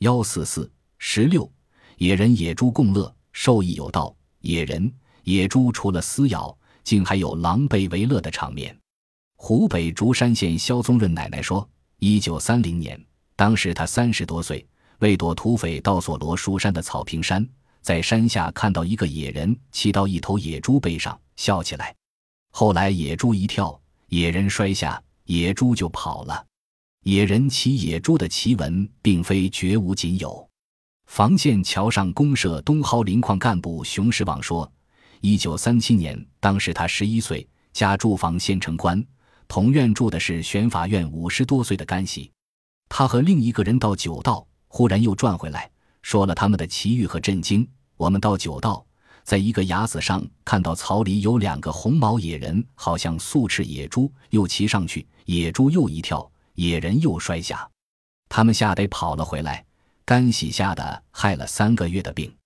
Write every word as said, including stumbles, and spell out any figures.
一四四十六野人野猪共乐，兽亦有道。野人野猪除了撕咬，竟还有狼狈为乐的场面。湖北竹山县肖宗润奶奶说，一九三零年，当时她三十多岁，为躲土匪到索罗书山的草坪山，在山下看到一个野人骑到一头野猪背上，笑起来。后来野猪一跳，野人摔下，野猪就跑了。野人骑野猪的奇闻并非绝无仅有。房县桥上公社东蒿林矿干部熊世旺说，一九三七年，当时他十一岁，家住房县城关，同院住的是选法院五十多岁的干系。他和另一个人到九道，忽然又转回来，说了他们的奇遇和震惊。我们到九道，在一个崖子上看到草里有两个红毛野人，好像素赤野猪，又骑上去，野猪又一跳，野人又摔下，他们吓得跑了回来，干喜吓得害了三个月的病。